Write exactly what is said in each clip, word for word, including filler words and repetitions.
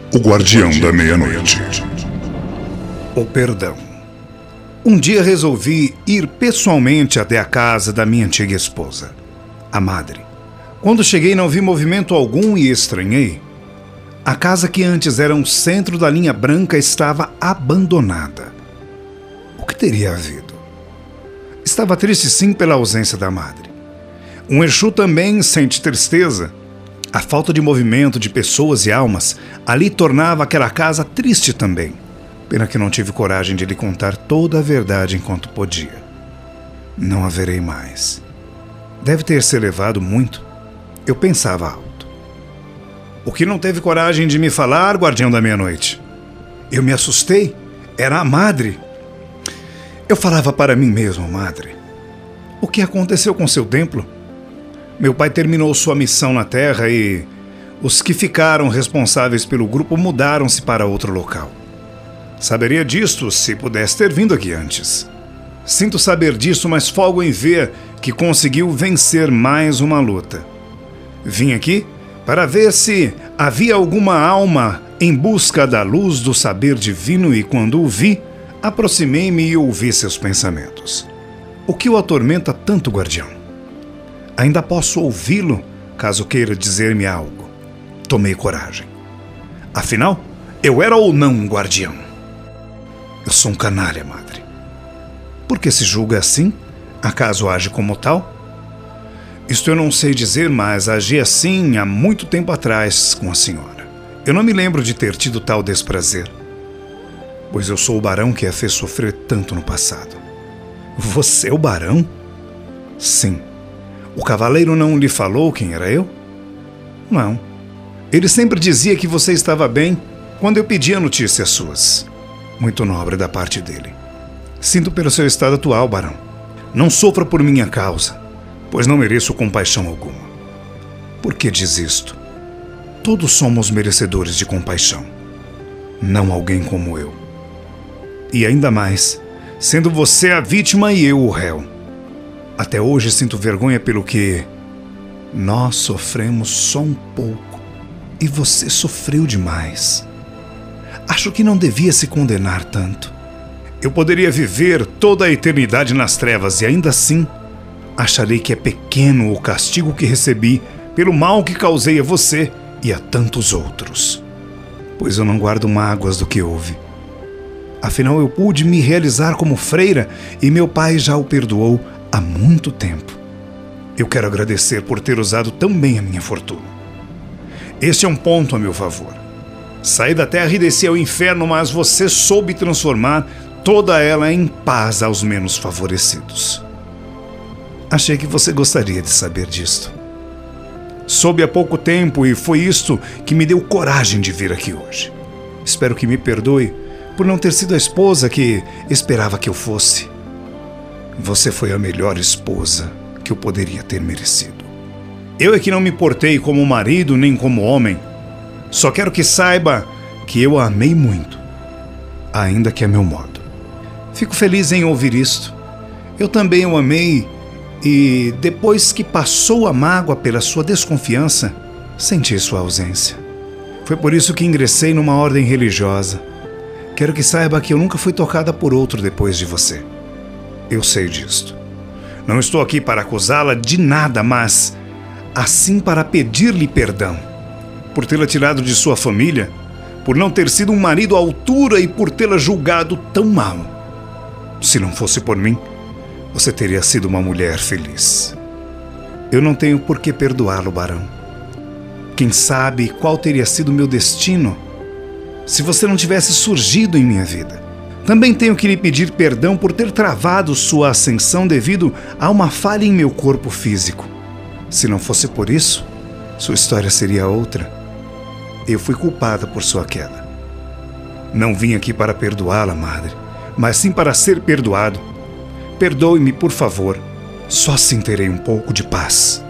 O Guardião da Meia-Noite. O perdão. Um dia resolvi ir pessoalmente até a casa da minha antiga esposa, a madre. Quando cheguei não vi movimento algum e estranhei. A casa que antes era um centro da linha branca estava abandonada. O que teria havido? Estava triste sim pela ausência da madre. Um Exu também sente tristeza. A falta de movimento de pessoas e almas ali tornava aquela casa triste também. Pena que não tive coragem de lhe contar toda a verdade enquanto podia. Não haverei mais. Deve ter se elevado muito. Eu pensava alto. O que não teve coragem de me falar, Guardião da Meia-Noite? Eu me assustei. Era a madre. Eu falava para mim mesmo, madre. O que aconteceu com seu templo? Meu pai terminou sua missão na Terra e os que ficaram responsáveis pelo grupo mudaram-se para outro local. Saberia disto se pudesse ter vindo aqui antes. Sinto saber disso, mas folgo em ver que conseguiu vencer mais uma luta. Vim aqui para ver se havia alguma alma em busca da luz do saber divino e quando o vi, aproximei-me e ouvi seus pensamentos. O que o atormenta tanto, guardião? Ainda posso ouvi-lo, caso queira dizer-me algo. Tomei coragem. Afinal, eu era ou não um guardião? Eu sou um canalha, madre. Por que se julga assim? Acaso age como tal? Isto eu não sei dizer, mas agi assim há muito tempo atrás com a senhora. Eu não me lembro de ter tido tal desprazer, pois eu sou o barão que a fez sofrer tanto no passado. Você é o barão? Sim. O cavaleiro não lhe falou quem era eu? Não. Ele sempre dizia que você estava bem quando eu pedia notícias suas. Muito nobre da parte dele. Sinto pelo seu estado atual, barão. Não sofra por minha causa, pois não mereço compaixão alguma. Por que diz isto? Todos somos merecedores de compaixão. Não alguém como eu. E ainda mais, sendo você a vítima e eu o réu. Até hoje sinto vergonha pelo que nós sofremos só um pouco e você sofreu demais. Acho que não devia se condenar tanto. Eu poderia viver toda a eternidade nas trevas e ainda assim acharei que é pequeno o castigo que recebi pelo mal que causei a você e a tantos outros. Pois eu não guardo mágoas do que houve. Afinal, eu pude me realizar como freira e meu pai já o perdoou há muito tempo. Eu quero agradecer por ter usado tão bem a minha fortuna. Este é um ponto a meu favor. Saí da terra e desci ao inferno, mas você soube transformar toda ela em paz aos menos favorecidos. Achei que você gostaria de saber disto. Soube há pouco tempo e foi isto que me deu coragem de vir aqui hoje. Espero que me perdoe por não ter sido a esposa que esperava que eu fosse. Você foi a melhor esposa que eu poderia ter merecido. Eu é que não me portei como marido nem como homem. Só quero que saiba que eu a amei muito, ainda que a meu modo. Fico feliz em ouvir isto. Eu também o amei e, depois que passou a mágoa pela sua desconfiança, senti sua ausência. Foi por isso que ingressei numa ordem religiosa. Quero que saiba que eu nunca fui tocada por outro depois de você. Eu sei disto. Não estou aqui para acusá-la de nada, mas assim para pedir-lhe perdão. Por tê-la tirado de sua família, por não ter sido um marido à altura e por tê-la julgado tão mal. Se não fosse por mim, você teria sido uma mulher feliz. Eu não tenho por que perdoá-lo, barão. Quem sabe qual teria sido meu destino se você não tivesse surgido em minha vida. Também tenho que lhe pedir perdão por ter travado sua ascensão devido a uma falha em meu corpo físico. Se não fosse por isso, sua história seria outra. Eu fui culpada por sua queda. Não vim aqui para perdoá-la, madre, mas sim para ser perdoado. Perdoe-me, por favor. Só assim terei um pouco de paz.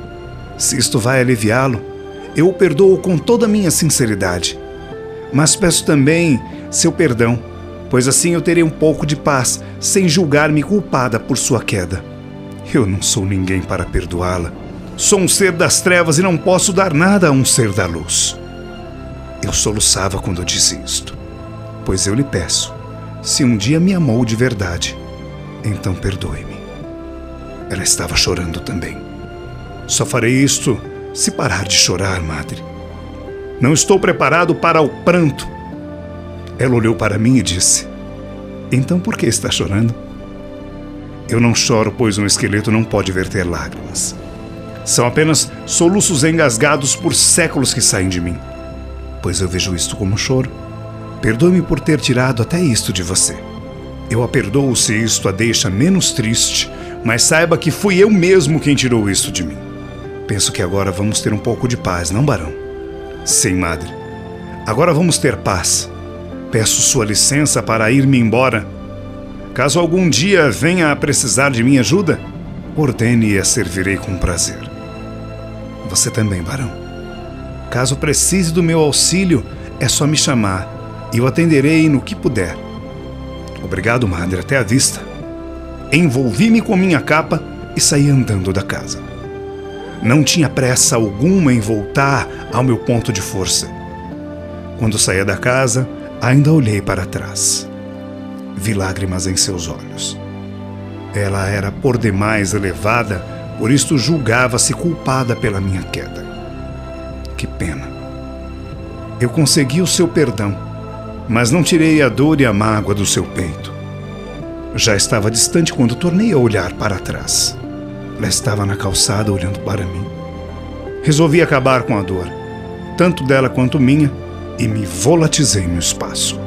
Se isto vai aliviá-lo, eu o perdoo com toda a minha sinceridade. Mas peço também seu perdão, pois assim eu terei um pouco de paz, sem julgar-me culpada por sua queda. Eu não sou ninguém para perdoá-la. Sou um ser das trevas e não posso dar nada a um ser da luz. Eu soluçava quando eu disse isto, pois eu lhe peço, se um dia me amou de verdade, então perdoe-me. Ela estava chorando também. Só farei isto se parar de chorar, madre. Não estou preparado para o pranto. Ela olhou para mim e disse: então por que está chorando? Eu não choro, pois um esqueleto não pode verter lágrimas. São apenas soluços engasgados por séculos que saem de mim. Pois eu vejo isto como choro. Perdoe-me por ter tirado até isto de você. Eu a perdoo se isto a deixa menos triste, mas saiba que fui eu mesmo quem tirou isto de mim. Penso que agora vamos ter um pouco de paz, não, barão? Sim, madre. Agora vamos ter paz. Peço sua licença para ir-me embora. Caso algum dia venha a precisar de minha ajuda, ordene e a servirei com prazer. Você também, barão. Caso precise do meu auxílio, é só me chamar e eu atenderei no que puder. Obrigado, madre. Até a vista. Envolvi-me com minha capa e saí andando da casa. Não tinha pressa alguma em voltar ao meu ponto de força. Quando saía da casa, ainda olhei para trás. Vi lágrimas em seus olhos. Ela era por demais elevada, por isto julgava-se culpada pela minha queda. Que pena. Eu consegui o seu perdão, mas não tirei a dor e a mágoa do seu peito. Já estava distante quando tornei a olhar para trás. Ela estava na calçada olhando para mim. Resolvi acabar com a dor, tanto dela quanto minha, e me volatizei no espaço.